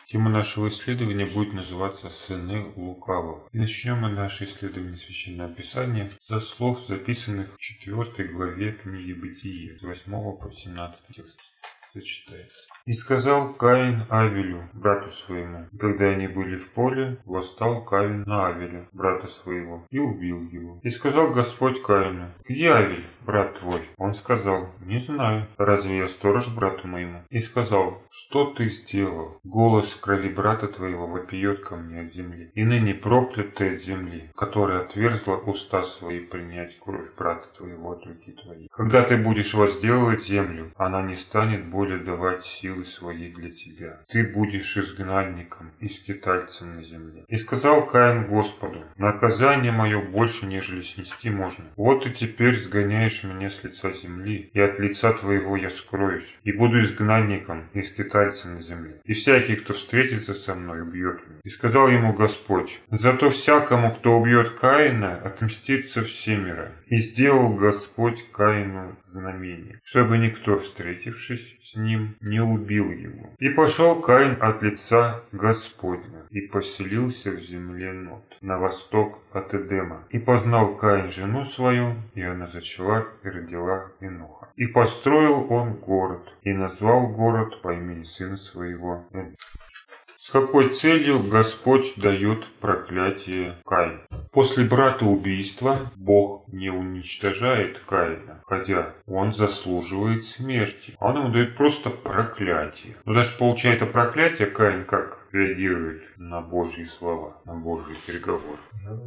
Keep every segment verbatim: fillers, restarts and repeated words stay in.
Тема нашего исследования будет называться «Сыны лукавого». И начнем мы наше исследование Священного Писания со слов, записанных в четвёртой главе книги Бытие, с восьмого по семнадцатый текст. Зачитаю. «И сказал Каин Авелю, брату своему, когда они были в поле, восстал Каин на Авеля, брата своего, и убил его. И сказал Господь Каину: где Авель, брат твой? Он сказал: не знаю, разве я сторож брату моему? И сказал: что ты сделал? Голос крови брата твоего вопиет ко мне от земли. И ныне проклят ты от земли, которая отверзла уста свои принять кровь брата твоего от руки твоей. Когда ты будешь возделывать землю, она не станет более давать силы свои для тебя. Ты будешь изгнанником и скитальцем на земле. И сказал Каин Господу: наказание мое больше, нежели снести можно. Вот и теперь сгоняешь меня с лица земли, и от лица твоего я скроюсь, и буду изгнанником и скитальцем на земле. И всякий, кто встретится со мной, убьет меня. И сказал ему Господь: зато всякому, кто убьет Каина, отмстится всемиро. И сделал Господь Каину знамение, чтобы никто, встретившись с ним, не убил его. И пошел Каин от лица Господня, и поселился в земле Нод, на восток от Эдема. И познал Каин жену свою, и она зачала и родила Еноха. И построил он город, и назвал город по имени сына своего Эноха. С какой целью Господь дает проклятие Каину? После братоубийства Бог не уничтожает Каина, хотя он заслуживает смерти. Он ему дает просто проклятие. Но даже получая это проклятие, Каин как реагирует на Божьи слова, на Божьи переговоры?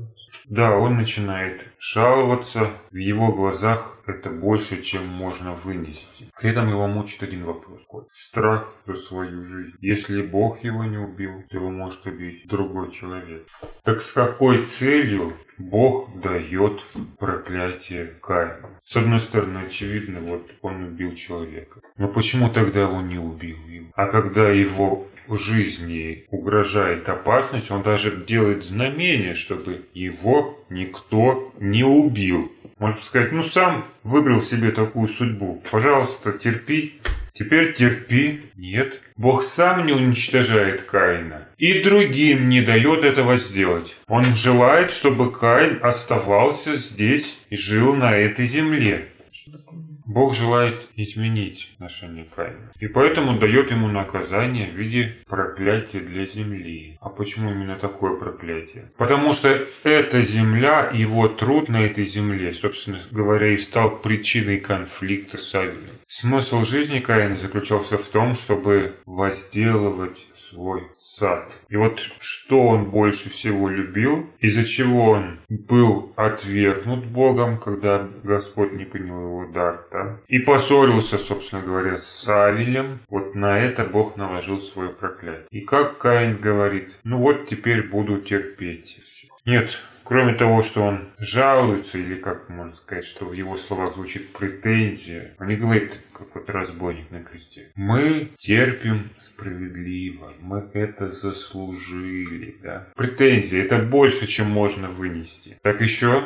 Да, он начинает жаловаться. В его глазах это больше, чем можно вынести. При этом его мучит один вопрос. Страх за свою жизнь. Если Бог его не убил, то его может убить другой человек. Так с какой целью Бог дает проклятие Каину? С одной стороны, очевидно, вот он убил человека. Но почему тогда он не убил его? А когда его жизни угрожает опасность, он даже делает знамение, чтобы его никто не убил. Можно сказать: ну сам выбрал себе такую судьбу, пожалуйста, терпи. Теперь терпи. Нет, Бог сам не уничтожает Каина и другим не дает этого сделать. Он желает, чтобы Каин оставался здесь и жил на этой земле. Бог желает изменить отношение Каина. И поэтому дает ему наказание в виде проклятия для земли. А почему именно такое проклятие? Потому что эта земля, его труд на этой земле, собственно говоря, и стал причиной конфликта с Авелем. Смысл жизни Каина заключался в том, чтобы возделывать свой сад. И вот что он больше всего любил, из-за чего он был отвергнут Богом, когда Господь не принял его дар, да? И поссорился, собственно говоря, с Авелем. Вот на это Бог наложил свое проклятие. И как Каин говорит: ну вот теперь буду терпеть. Нет, кроме того, что он жалуется, или как можно сказать, что в его словах звучит претензия, он не говорит, как вот разбойник на кресте: мы терпим справедливо, мы это заслужили. Да? Претензия — это больше, чем можно вынести. Так еще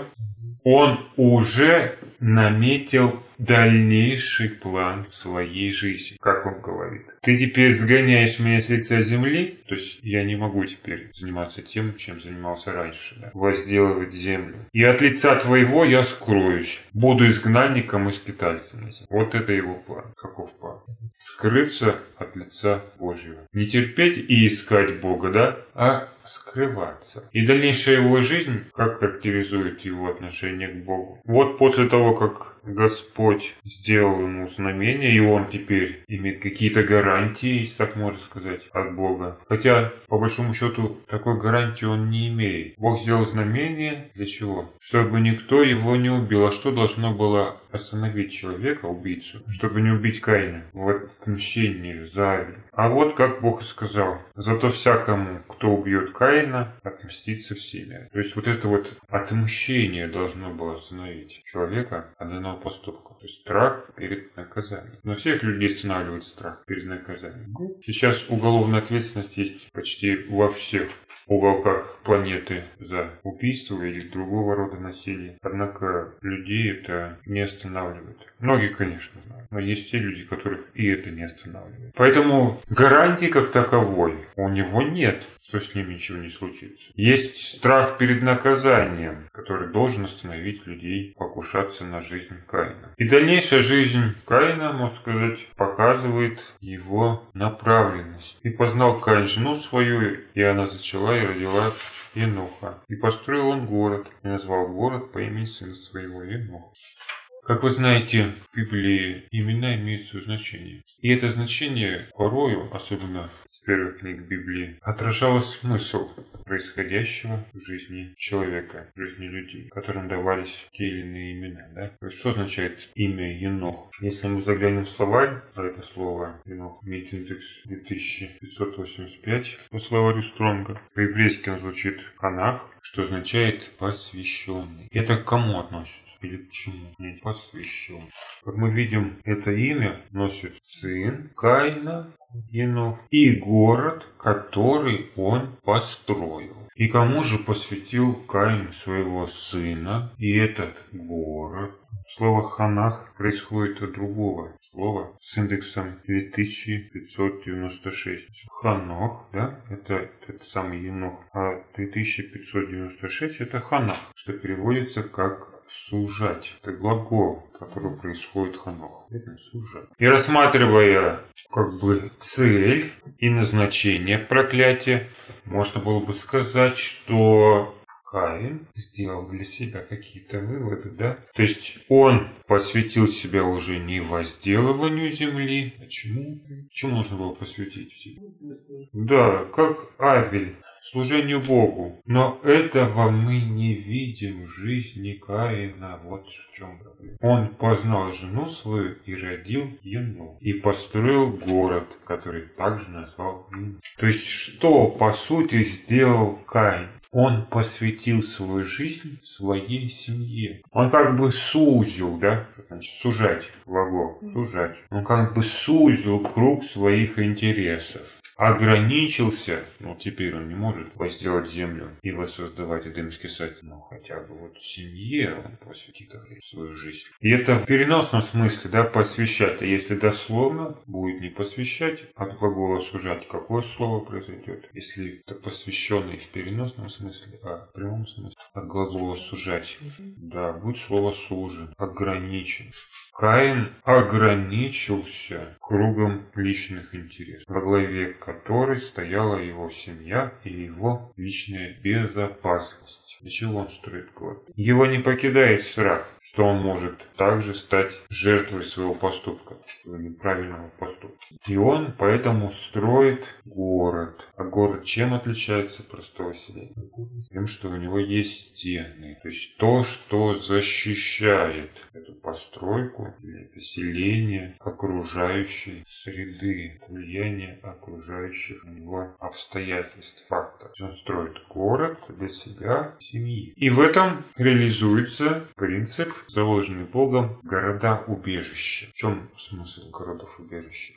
он уже наметил дальнейший план своей жизни. Как он говорит: ты теперь сгоняешь меня с лица земли, то есть я не могу теперь заниматься тем, чем занимался раньше, да? Возделывать землю. И от лица твоего я скроюсь, буду изгнанником и скитальцем. Вот это его план. Каков план? Скрыться от лица Божьего. Не терпеть и искать Бога, да? А скрываться. И дальнейшая его жизнь, как характеризует его отношение к Богу? Вот после того, как Господь сделал ему знамение, и он теперь имеет какие-то гарантии, если так можно сказать, от Бога. Хотя, по большому счету, такой гарантии он не имеет. Бог сделал знамение для чего? Чтобы никто его не убил. А что должно было остановить человека, убийцу, чтобы не убить Каина в отмщении за Авеля? А вот как Бог и сказал: зато всякому, кто убьет Каина, отмстится всеми. То есть вот это вот отмщение должно было остановить человека от данного поступка. То есть страх перед наказанием. Но всех людей останавливает страх перед наказанием. Сейчас уголовная ответственность есть почти во всех уголках планеты за убийство или другого рода насилия. Однако людей это не останавливает. Многие, конечно, знают, но есть те люди, которых и это не останавливает. Поэтому гарантии как таковой у него нет, что с ним ничего не случится. Есть страх перед наказанием, который должен остановить людей покушаться на жизнь Каина. И дальнейшая жизнь Каина, можно сказать, показывает его направленность. И познал Каин жену свою, и она зачала и родила Еноха. И построил он город, и назвал город по имени сына своего Еноха. Как вы знаете, в Библии имена имеют свое значение. И это значение порою, особенно с первых книг Библии, отражало смысл происходящего в жизни человека, в жизни людей, которым давались те или иные имена. Да? То есть, что означает имя Енох? Если мы заглянем в словарь, а это слово Енох имеет индекс две тысячи пятьсот восемьдесят пять по словарю Стронга, по-еврейски он звучит Ханах, что означает посвященный. Это к кому относится? Или к чему? Посвящен. Как мы видим, это имя носит сын Каина, Енох, и город, который он построил. И кому же посвятил Каин своего сына и этот город? Слово «ханах» происходит от другого слова с индексом две тысячи пятьсот девяносто шесть. Ханох, да, это этот самый Енох, а две тысячи пятьсот девяносто шесть это ханах, что переводится как сужать. Это глагол, который происходит ханох. Это сужать. И рассматривая как бы цель и назначение проклятия, можно было бы сказать, что Каин сделал для себя какие-то выводы, да? То есть он посвятил себя уже не возделыванию земли. А чему? Чему нужно было посвятить себя? Да, как Авель, служению Богу. Но этого мы не видим в жизни Каина. Вот в чем проблема. Он познал жену свою и родил Еноха. И построил город, который также назвал Енох. То есть что по сути сделал Каин? Он посвятил свою жизнь своей семье. Он как бы сузил, да? Что значит сужать? Глагол. Сужать. Он как бы сузил круг своих интересов. Ограничился, ну теперь он не может возделать землю и воссоздавать Эдемский сад, но хотя бы вот семье он посвятит свою жизнь. И это в переносном смысле, да, посвящать. А если дословно будет не посвящать, от глагола сужать, какое слово произойдет? Если это посвященный в переносном смысле, а в прямом смысле от глагола сужать, да, будет слово сужен, ограничен. Каин ограничился кругом личных интересов, во главе которой стояла его семья и его личная безопасность. Для чего он строит город? Его не покидает страх, что он может также стать жертвой своего поступка, своего неправильного поступка. И он поэтому строит город. А город чем отличается от простого селения? Тем, что у него есть стены. То есть то, что защищает эту постройку или это селение окружающей среды, влияние окружающих него обстоятельств, фактов. Он строит город для себя, семьи. И в этом реализуется принцип, заложенный Богом, города-убежища. В чем смысл городов-убежища?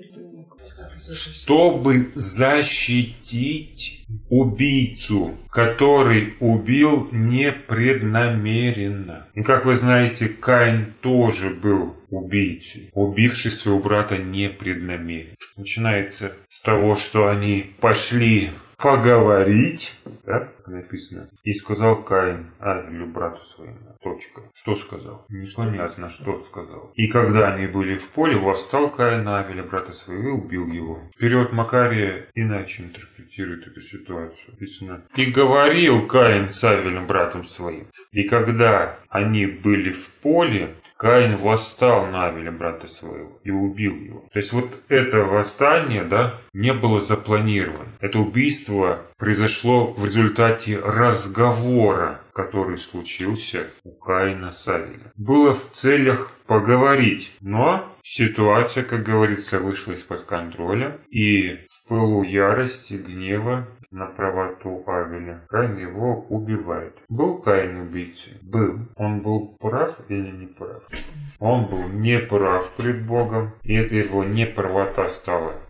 Чтобы защитить убийцу, который убил непреднамеренно. И как вы знаете, Каин тоже был убийцей, убивший своего брата непреднамеренно. Начинается с того, что они пошли поговорить, да, как написано. И сказал Каин Авелю, брату своему. Точка. Что сказал? Непонятно, что сказал. И когда они были в поле, восстал Каин Авеля, брата своего, и убил его. Перевод Макария иначе интерпретирует эту ситуацию. Написано: и говорил Каин с Авелем, братом своим. И когда они были в поле, Каин восстал на Авеля, брата своего, и убил его. То есть вот это восстание, да, не было запланировано. Это убийство произошло в результате разговора, который случился у Каина с Авелем. Было в целях поговорить, но ситуация, как говорится, вышла из-под контроля, и в пылу ярости, гнева на правоту Авеля Каин его убивает. Был Каин убийцей? Был. Он был прав или не прав? Он был не прав пред Богом, и эта его неправота стала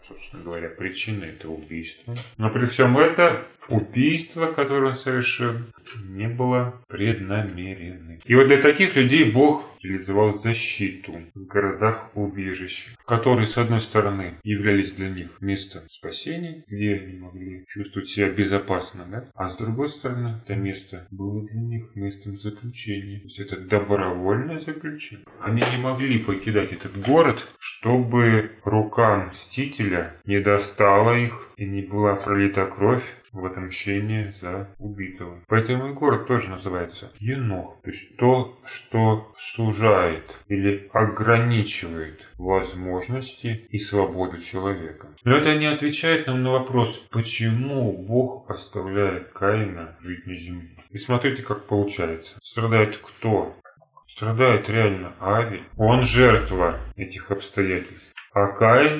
собственно говоря, причина это убийство. Но при всем это убийство, которое он совершил, не было преднамеренным. И вот для таких людей Бог реализовал защиту в городах-убежищах, которые, с одной стороны, являлись для них местом спасения, где они могли чувствовать себя безопасно, да? А с другой стороны, это место было для них местом заключения. То есть это добровольное заключение. Они не могли покидать этот город, чтобы рука мстителя не достала их и не была пролита кровь в отмщение за убитого. Поэтому и город тоже называется Енох. То есть то, что сужает или ограничивает возможности и свободу человека. Но это не отвечает нам на вопрос, почему Бог оставляет Каина жить на земле. И смотрите, как получается. Страдает кто? Страдает реально Авель. Он жертва этих обстоятельств. А Каин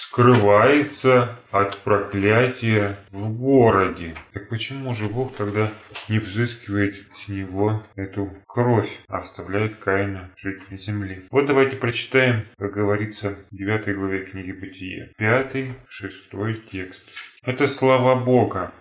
скрывается от проклятия в городе. Так почему же Бог тогда не взыскивает с него эту кровь, а оставляет Каина жить на земле? Вот давайте прочитаем, как говорится в девятой главе книги Бытия. Пятый, шестой текст. Это слова Бога.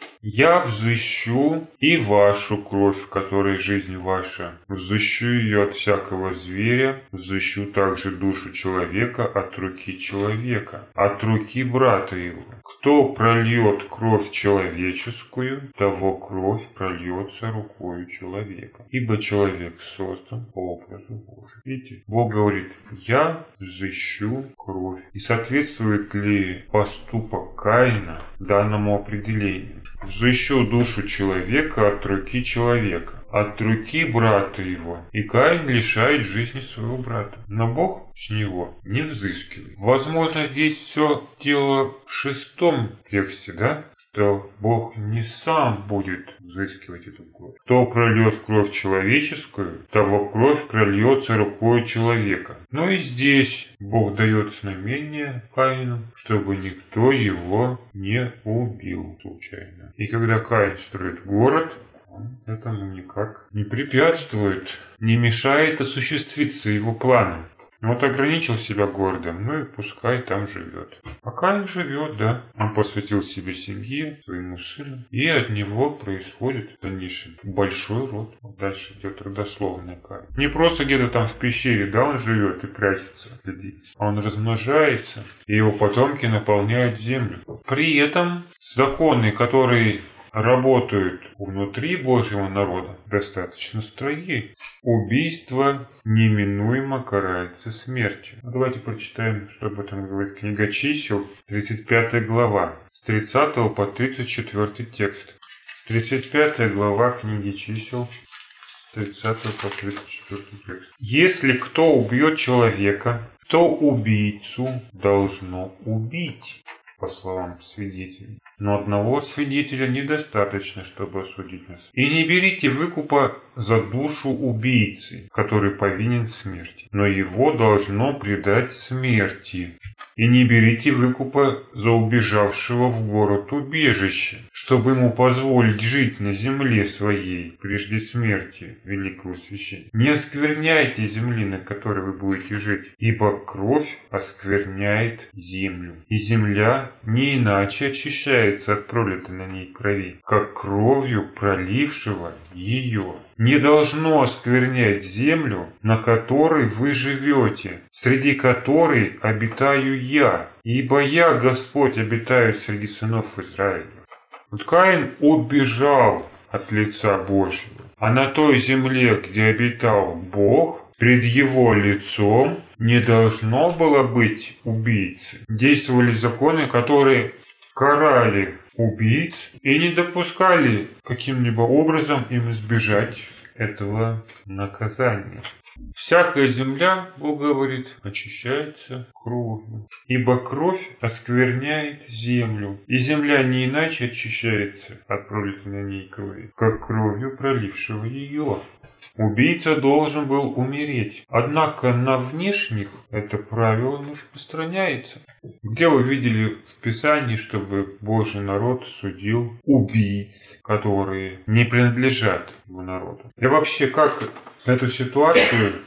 «Я взыщу и вашу кровь, в которой жизнь ваша. Взыщу ее от всякого зверя, взыщу также душу человека от руки человека, от руки брата его. Кто прольет кровь человеческую, того кровь прольется рукою человека. Ибо человек создан по образу Божию». Видите, Бог говорит, я взыщу кровь. И соответствует ли поступок Каина данному определению? Взыщу душу человека от руки человека, от руки брата его. И Каин лишает жизни своего брата. Но Бог с него не взыскивает. Возможно, здесь все дело в шестом тексте, да? Что Бог не сам будет взыскивать эту кровь. Кто прольет кровь человеческую, того кровь прольется рукой человека. Но и здесь Бог дает знамение Каину, чтобы никто его не убил случайно. И когда Каин строит город, он этому никак не препятствует, не мешает осуществиться его планам. Вот ограничил себя городом, ну и пускай там живет. Пока он живет, да. Он посвятил себе семье, своему сыну. И от него происходит в дальнейшем большой род. Вот дальше идет родословная Каин. Не просто где-то там в пещере, да, он живет и прячется от людей. А он размножается, и его потомки наполняют землю. При этом законы, которые работают внутри Божьего народа, достаточно строги. Убийство неминуемо карается смертью. Ну, давайте прочитаем, что об этом говорит книга Чисел, тридцать пятая глава, с тридцатого по тридцать четвёртый текст. тридцать пятая глава книги Чисел, с тридцатого по тридцать четвёртый текст. Если кто убьет человека, то убийцу должно убить, по словам свидетелей. Но одного свидетеля недостаточно, чтобы осудить нас. И не берите выкупа за душу убийцы, который повинен в смерти, но его должно предать смерти. И не берите выкупа за убежавшего в город убежище, чтобы ему позволить жить на земле своей прежде смерти великого священника. Не оскверняйте земли, на которой вы будете жить, ибо кровь оскверняет землю, и земля не иначе очищается от пролитой на ней крови, как кровью пролившего ее. Не должно осквернять землю, на которой вы живете, среди которой обитаю я, ибо я, Господь, обитаю среди сынов Израиля. Вот Каин убежал от лица Божьего, а на той земле, где обитал Бог, пред его лицом не должно было быть убийцы. Действовали законы, которые карали убийц и не допускали каким-либо образом им избежать этого наказания. Всякая земля, Бог говорит, очищается кровью, ибо кровь оскверняет землю, и земля не иначе очищается от пролитой на ней крови, как кровью пролившего ее. Убийца должен был умереть, однако на внешних это правило не распространяется. Где вы видели в Писании, чтобы Божий народ судил убийц, которые не принадлежат его народу? И вообще, как эту ситуацию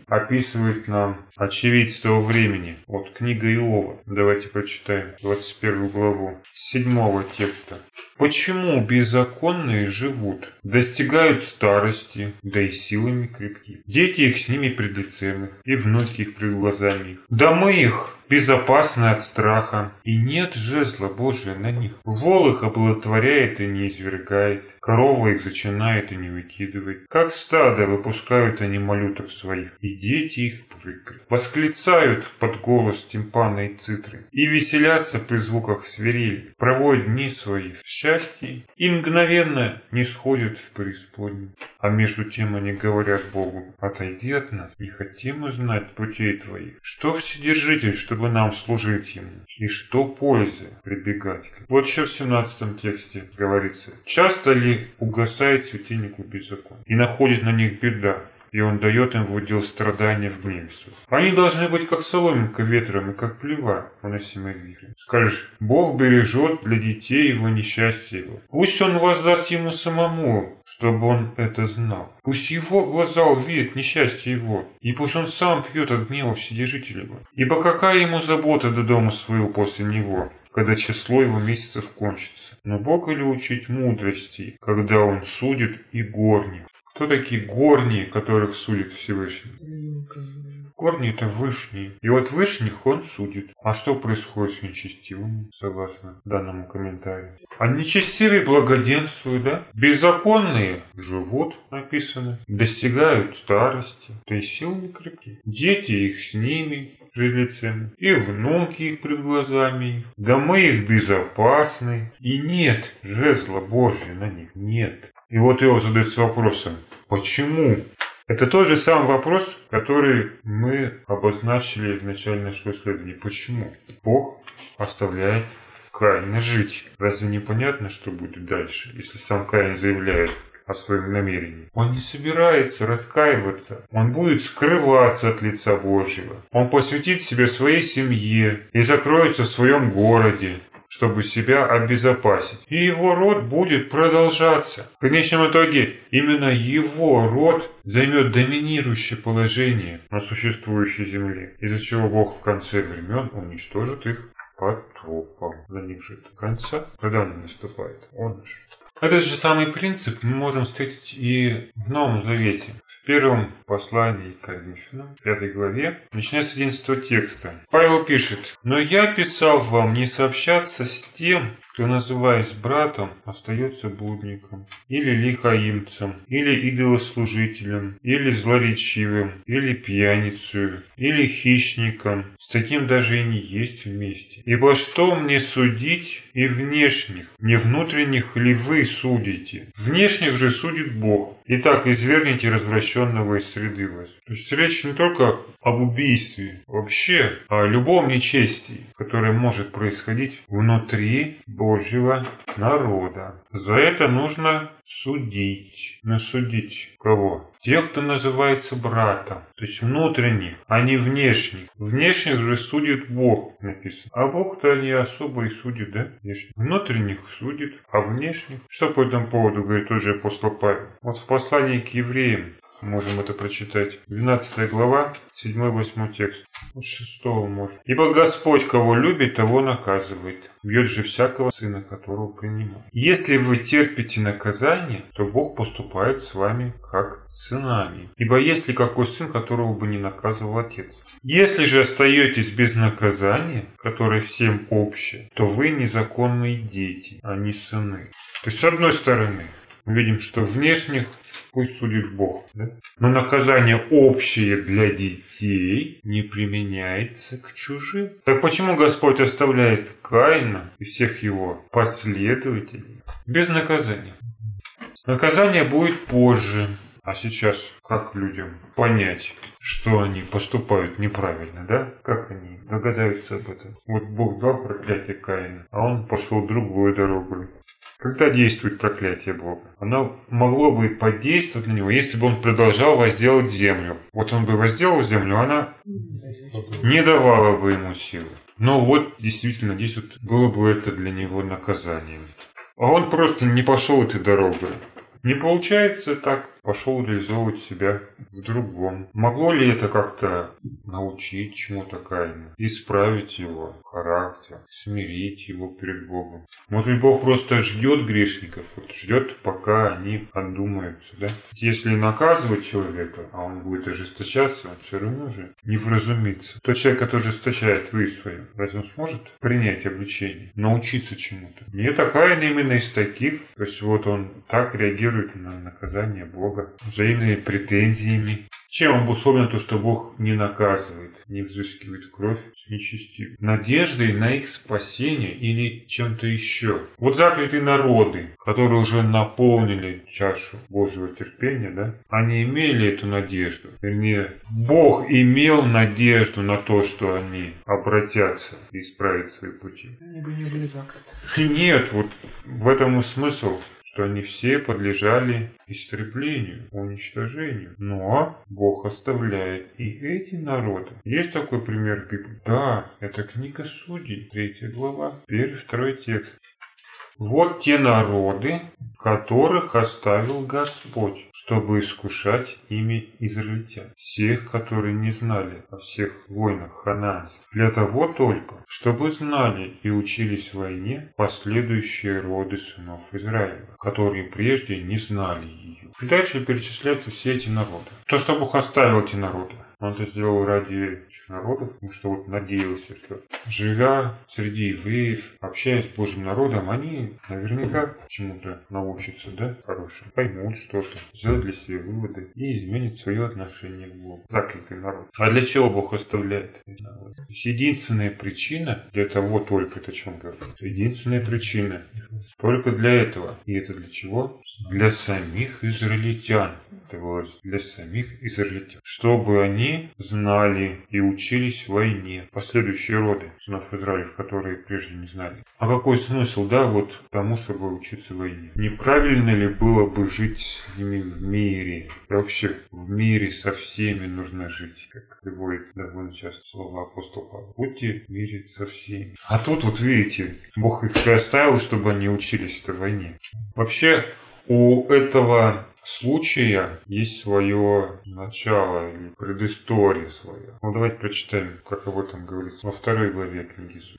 описывает нам очевидец того времени. Вот книга Иова. Давайте прочитаем двадцать первую главу с седьмого текста. «Почему беззаконные живут, достигают старости, да и силами крепки? Дети их с ними пред лицем их, и внуки их пред глазами их. Домы их безопасны от страха, и нет жезла Божия на них. Вол их оплодотворяет и не извергает, корова их зачинает и не выкидывает. Как стадо выпускают они малюток своих, и дети их прыгают. Восклицают под голос тимпана и цитры, и веселятся при звуках свирели, проводят дни свои в счастье, и мгновенно не сходят в преисподнюю. А между тем они говорят Богу: отойди от нас, не хотим узнать путей твоих. Что Вседержитель, чтобы нам служить ему? И что пользы прибегать к нему?» Вот еще в семнадцатом тексте говорится: часто ли угасает светильнику беззаконие, и находит на них беда, и он дает им в удел страдания в гневе своем. Они должны быть как соломинка ветром и как плева, уносимой вихрем. Скажешь: Бог бережет для детей его несчастье его. Пусть он воздаст ему самому, чтобы он это знал. Пусть его глаза увидят несчастье его, и пусть он сам пьет от гнева Вседержителя его. Ибо какая ему забота до дома своего после него, когда число его месяцев кончится? Но Бога ли учить мудрости, когда он судит и горни? Кто такие горние, которых судит Всевышний? Горние — это вышние. И вот вышних он судит. А что происходит с нечестивыми, согласно данному комментарию? А нечестивые благоденствуют, да? Беззаконные живут, написано, достигают старости, то есть силы крепки. Дети их с ними, жрецами, и внуки их пред глазами их. Домы их безопасны, и нет жезла Божия на них, нет. И вот Иов задается вопросом: почему? Это тот же самый вопрос, который мы обозначили в начале нашего исследования. Почему Бог оставляет Каина жить? Разве не понятно, что будет дальше, если сам Каин заявляет о своем намерении? Он не собирается раскаиваться. Он будет скрываться от лица Божьего. Он посвятит себя своей семье и закроется в своем городе, чтобы себя обезопасить. И его род будет продолжаться. В конечном итоге именно его род займет доминирующее положение на существующей земле, из-за чего Бог в конце времен уничтожит их потопом. За них же до конца, когда он наступает, он же. Этот же самый принцип мы можем встретить и в Новом Завете. В первом послании к Коринфянам, пятой главе, начиная с одиннадцатого текста. Павел пишет: «Но я писал вам не сообщаться с тем, кто, называясь братом, остается блудником, или лихаимцем, или идолослужителем, или злоречивым, или пьяницей, или хищником. С таким даже и не есть вместе. Ибо что мне судить и внешних? Не внутренних ли вы судите? Внешних же судит Бог. Итак, извергните развращенного из среды вас». То есть речь не только об убийстве, вообще о любом нечестии, которое может происходить внутри Божьего народа. За это нужно судить. Но судить кого? Тех, кто называется братом, то есть внутренних, а не внешних. Внешних же судит Бог, написано. А Бог-то не особо и судит, да? Внешних. Внутренних судит, а внешних? Что по этому поводу говорит тот же апостол Павел? Вот в послании к евреям можем это прочитать. двенадцатая глава, седьмой-восьмой текст. Вот шестого может. «Ибо Господь, кого любит, того наказывает. Бьет же всякого сына, которого принимает. Если вы терпите наказание, то Бог поступает с вами как с сынами. Ибо есть ли какой сын, которого бы не наказывал отец? Если же остаетесь без наказания, которое всем общее, то вы незаконные дети, а не сыны». То есть, с одной стороны, мы видим, что внешних пусть судит Бог, да? Но наказание общее для детей не применяется к чужим. Так почему Господь оставляет Каина и всех его последователей без наказания? Наказание будет позже. А сейчас как людям понять, что они поступают неправильно, да? Как они догадаются об этом? Вот Бог дал проклятие Каину, а он пошел другой дорогой. Когда действует проклятие Бога? Оно могло бы подействовать на него, если бы он продолжал возделывать землю. Вот он бы возделал землю, она не давала бы ему силы. Но вот действительно, здесь вот было бы это для него наказанием. А он просто не пошел этой дорогой. Не получается так. пошел реализовывать себя в другом. Могло ли это как-то научить чему-то Каина, исправить его характер, смирить его перед Богом? Может быть, Бог просто ждет грешников, вот ждет, пока они одумаются, да? Если наказывать человека, а он будет ожесточаться, он все равно же не вразумится. Тот человек, который ожесточает вы свою, разве он сможет принять обличение, научиться чему-то? Нет, а Каин именно из таких. То есть вот он так реагирует на наказание Бога, взаимными претензиями. Чем обусловлено то, что Бог не наказывает, не взыскивает кровь с нечестивых? Надеждой на их спасение или чем-то еще? Вот заклятые народы, которые уже наполнили чашу Божьего терпения, да, они имели эту надежду. Вернее, Бог имел надежду на то, что они обратятся и исправят свои пути. Они бы не были закрыты. Нет, вот в этом и смысл, что они все подлежали истреблению, уничтожению. Но Бог оставляет и эти народы. Есть такой пример в Библии? Да, это книга Судей, третья глава, первый, второй текст. Вот те народы, которых оставил Господь, чтобы искушать ими израильтян, всех, которые не знали о всех войнах ханаанских, для того только, чтобы знали и учились войне последующие роды сынов Израиля, которые прежде не знали ее. И дальше перечисляются все эти народы. То, что Бог оставил эти народы, Он это сделал ради этих народов, потому что вот надеялся, что живя среди евреев, общаясь с Божьим народом, они наверняка чему-то научатся, да, хорошему, поймут что-то, сделают для себя выводы и изменят свое отношение к Богу. Заклятый народ. А для чего Бог оставляет эти народы? То есть единственная причина для того только, это о чем говорит, единственная причина только для этого. И это для чего? Для самих израильтян. Это говорится, для самих израильтян. Чтобы они знали и учились войне. Последующие роды сынов Израилев, которые прежде не знали. А какой смысл, да, вот тому, чтобы учиться войне? Неправильно ли было бы жить с ними в мире? И вообще в мире со всеми нужно жить, как приводит довольно часто слово апостола Павла. Будьте в мире со всеми. А тут вот видите, Бог их и оставил, чтобы они учились этой войне. Вообще у этого случая есть свое начало или предыстория своя. Ну давайте прочитаем, как об этом говорится во второй главе книги Судей.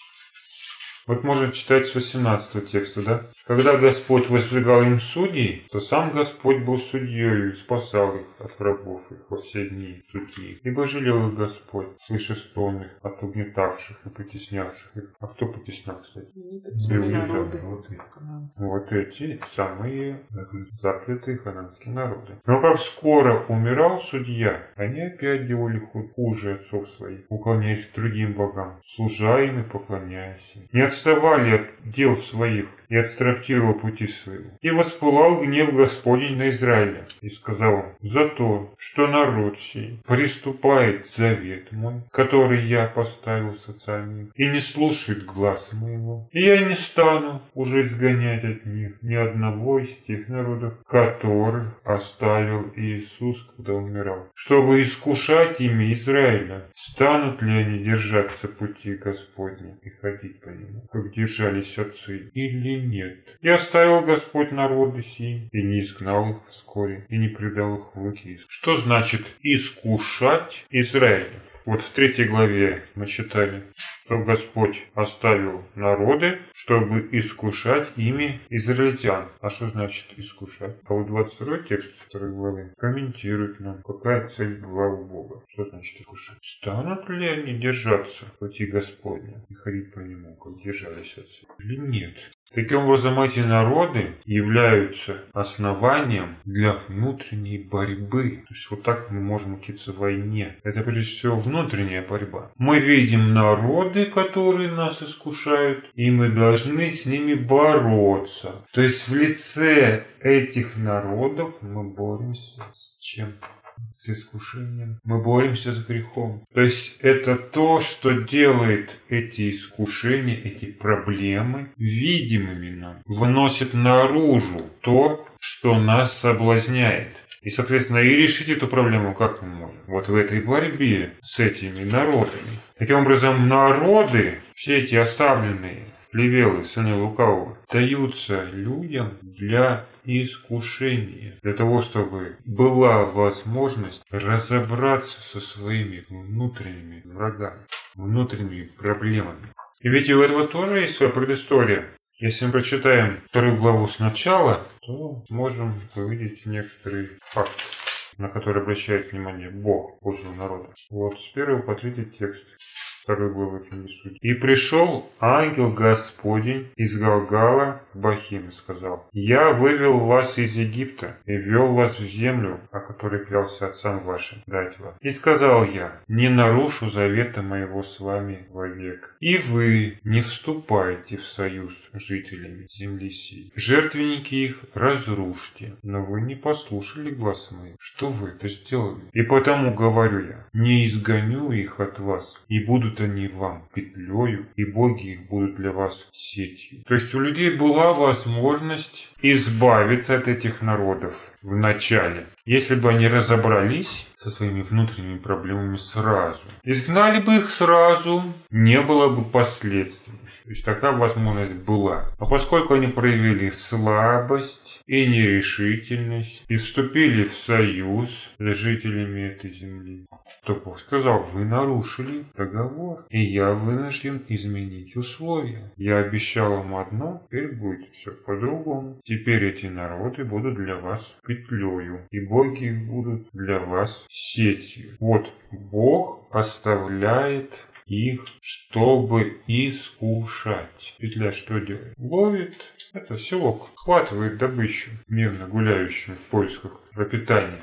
Вот можно читать с восемнадцатого текста, да? Когда Господь воздвигал им судей, то сам Господь был судьей и спасал их от врагов их во все дни судьи. Ибо жалел их Господь, слыша стон их от угнетавших и притеснявших их. А кто притеснял, кстати? Народы. Вот, вот эти самые заклятые хананские народы. Но как скоро умирал судья, они опять делали хуже отцов своих, уклоняясь к другим богам, служа им и поклоняясь им. Не отставали от дел своих и от строптивого пути своего. И воспылал гнев Господень на Израиля, и сказал он: за то, что народ сей приступает завет мой, который я поставил с отцами, и не слушает гласа моего, и я не стану уже изгонять от них ни одного из тех народов, которых оставил Иисус, когда умирал, чтобы искушать ими Израиля, станут ли они держаться пути Господня и ходить по нему, как держались отцы, или нет. И оставил Господь народы сии, и не изгнал их вскоре, и не предал их в руки. Что значит искушать Израиля? Вот в третьей главе мы читали, что Господь оставил народы, чтобы искушать ими израильтян. А что значит искушать? А вот двадцать второй текст второй главы комментирует нам, какая цель была у Бога. Что значит искушать? Станут ли они держаться пути Господня и ходить по нему, как держались отцы? Или нет? Таким образом, эти народы являются основанием для внутренней борьбы. То есть вот так мы можем учиться войне. Это прежде всего внутренняя борьба. Мы видим народы, которые нас искушают, и мы должны с ними бороться. То есть в лице этих народов мы боремся с чем? С искушением. Мы боремся с грехом. То есть это то, что делает эти искушения, эти проблемы видимыми нам. Выносит наружу то, что нас соблазняет. И, соответственно, и решить эту проблему как мы можем? Вот в этой борьбе с этими народами. Таким образом, народы, все эти оставленные плевелы, сыны лукавого, даются людям для искушения, для того, чтобы была возможность разобраться со своими внутренними врагами, внутренними проблемами. И ведь у этого тоже есть своя предыстория. Если мы прочитаем вторую главу сначала, то можем увидеть некоторые факты, на которые обращает внимание Бог Божьего народа. Вот с первого по третий текст второй главы книги Судей. «И пришел ангел Господень из Галгала в Бахим и сказал: Я вывел вас из Египта и ввел вас в землю, о которой клялся отцам вашим дать вам. И сказал я: не нарушу завета моего с вами вовек. И вы не вступайте в союз с жителями земли сей. Жертвенники их разрушьте. Но вы не послушали гласа моего. Что вы это сделали? И потому говорю я: не изгоню их от вас, и будут они вам петлею, и боги их будут для вас сетью». То есть у людей была возможность избавиться от этих народов в начале, если бы они разобрались со своими внутренними проблемами сразу. Изгнали бы их сразу, не было бы последствий. То есть такая возможность была. А поскольку они проявили слабость и нерешительность и вступили в союз с жителями этой земли, то Бог сказал: вы нарушили договор, и я вынужден изменить условия. Я обещал вам одно, теперь будет все по-другому. Теперь эти народы будут для вас петлею, и боги их будут для вас сетью. Вот Бог оставляет их, чтобы искушать. Петля что делает? Ловит, это селок, схватывает добычу, мирно гуляющую в поисках пропитания.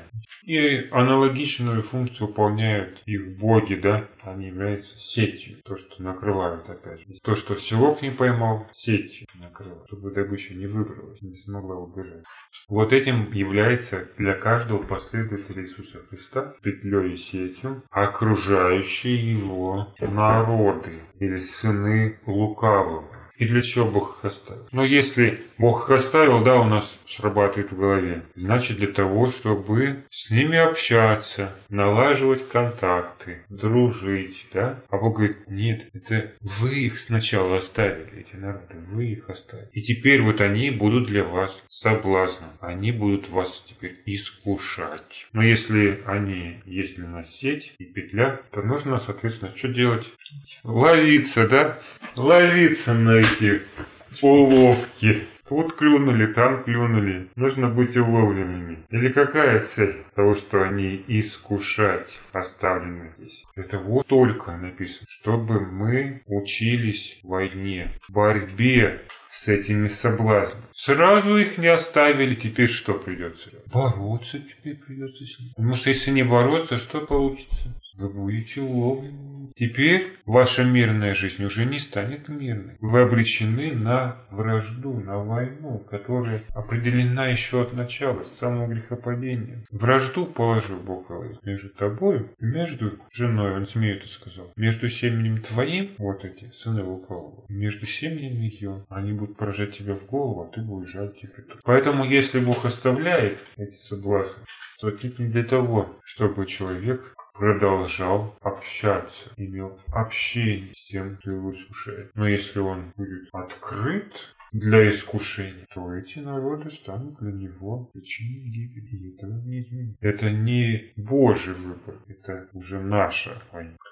И аналогичную функцию выполняют их боги, да? Они являются сетью. То, что накрывают, опять же. То, что селок не поймал, сетью накрывают, чтобы добыча не выбралась, не смогла убежать. Вот этим является для каждого последователя Иисуса Христа петлей и сетью окружающие его народы или сыны лукавого. И для чего Бог их оставил? Но если Бог их оставил, да, у нас срабатывает в голове, значит для того, чтобы с ними общаться, налаживать контакты, дружить, да? А Бог говорит: нет, это вы их сначала оставили, эти народы, вы их оставили. И теперь вот они будут для вас соблазном, они будут вас теперь искушать. Но если они, есть для нас сеть и петля, то нужно, соответственно, что делать? Ловиться, да? Ловиться на эти уловки. Тут клюнули, там клюнули. Нужно быть уловленными. Или какая цель того, что они искушать оставлены здесь? Это вот только написано, чтобы мы учились войне, борьбе с этими соблазнами. Сразу их не оставили, теперь что придется? Бороться теперь придется с ними. Потому что если не бороться, что получится? Вы будете уловлены. Теперь ваша мирная жизнь уже не станет мирной. Вы обречены на вражду, на войну, которая определена еще от начала, с самого грехопадения. Вражду положил Бог между тобой и между женой, он змею это сказал, между семенем твоим, вот эти сыны лукавого, между семенем ее, они будут поражать тебя в голову, а ты будешь жать их. Поэтому, если Бог оставляет эти соблазны, то это не для того, чтобы человек продолжал общаться, имел общение с тем, кто его искушает. Но если он будет открыт для искушения, то эти народы станут для него причиной гибели. И этого не изменить. Это не Божий выбор, это уже наша война.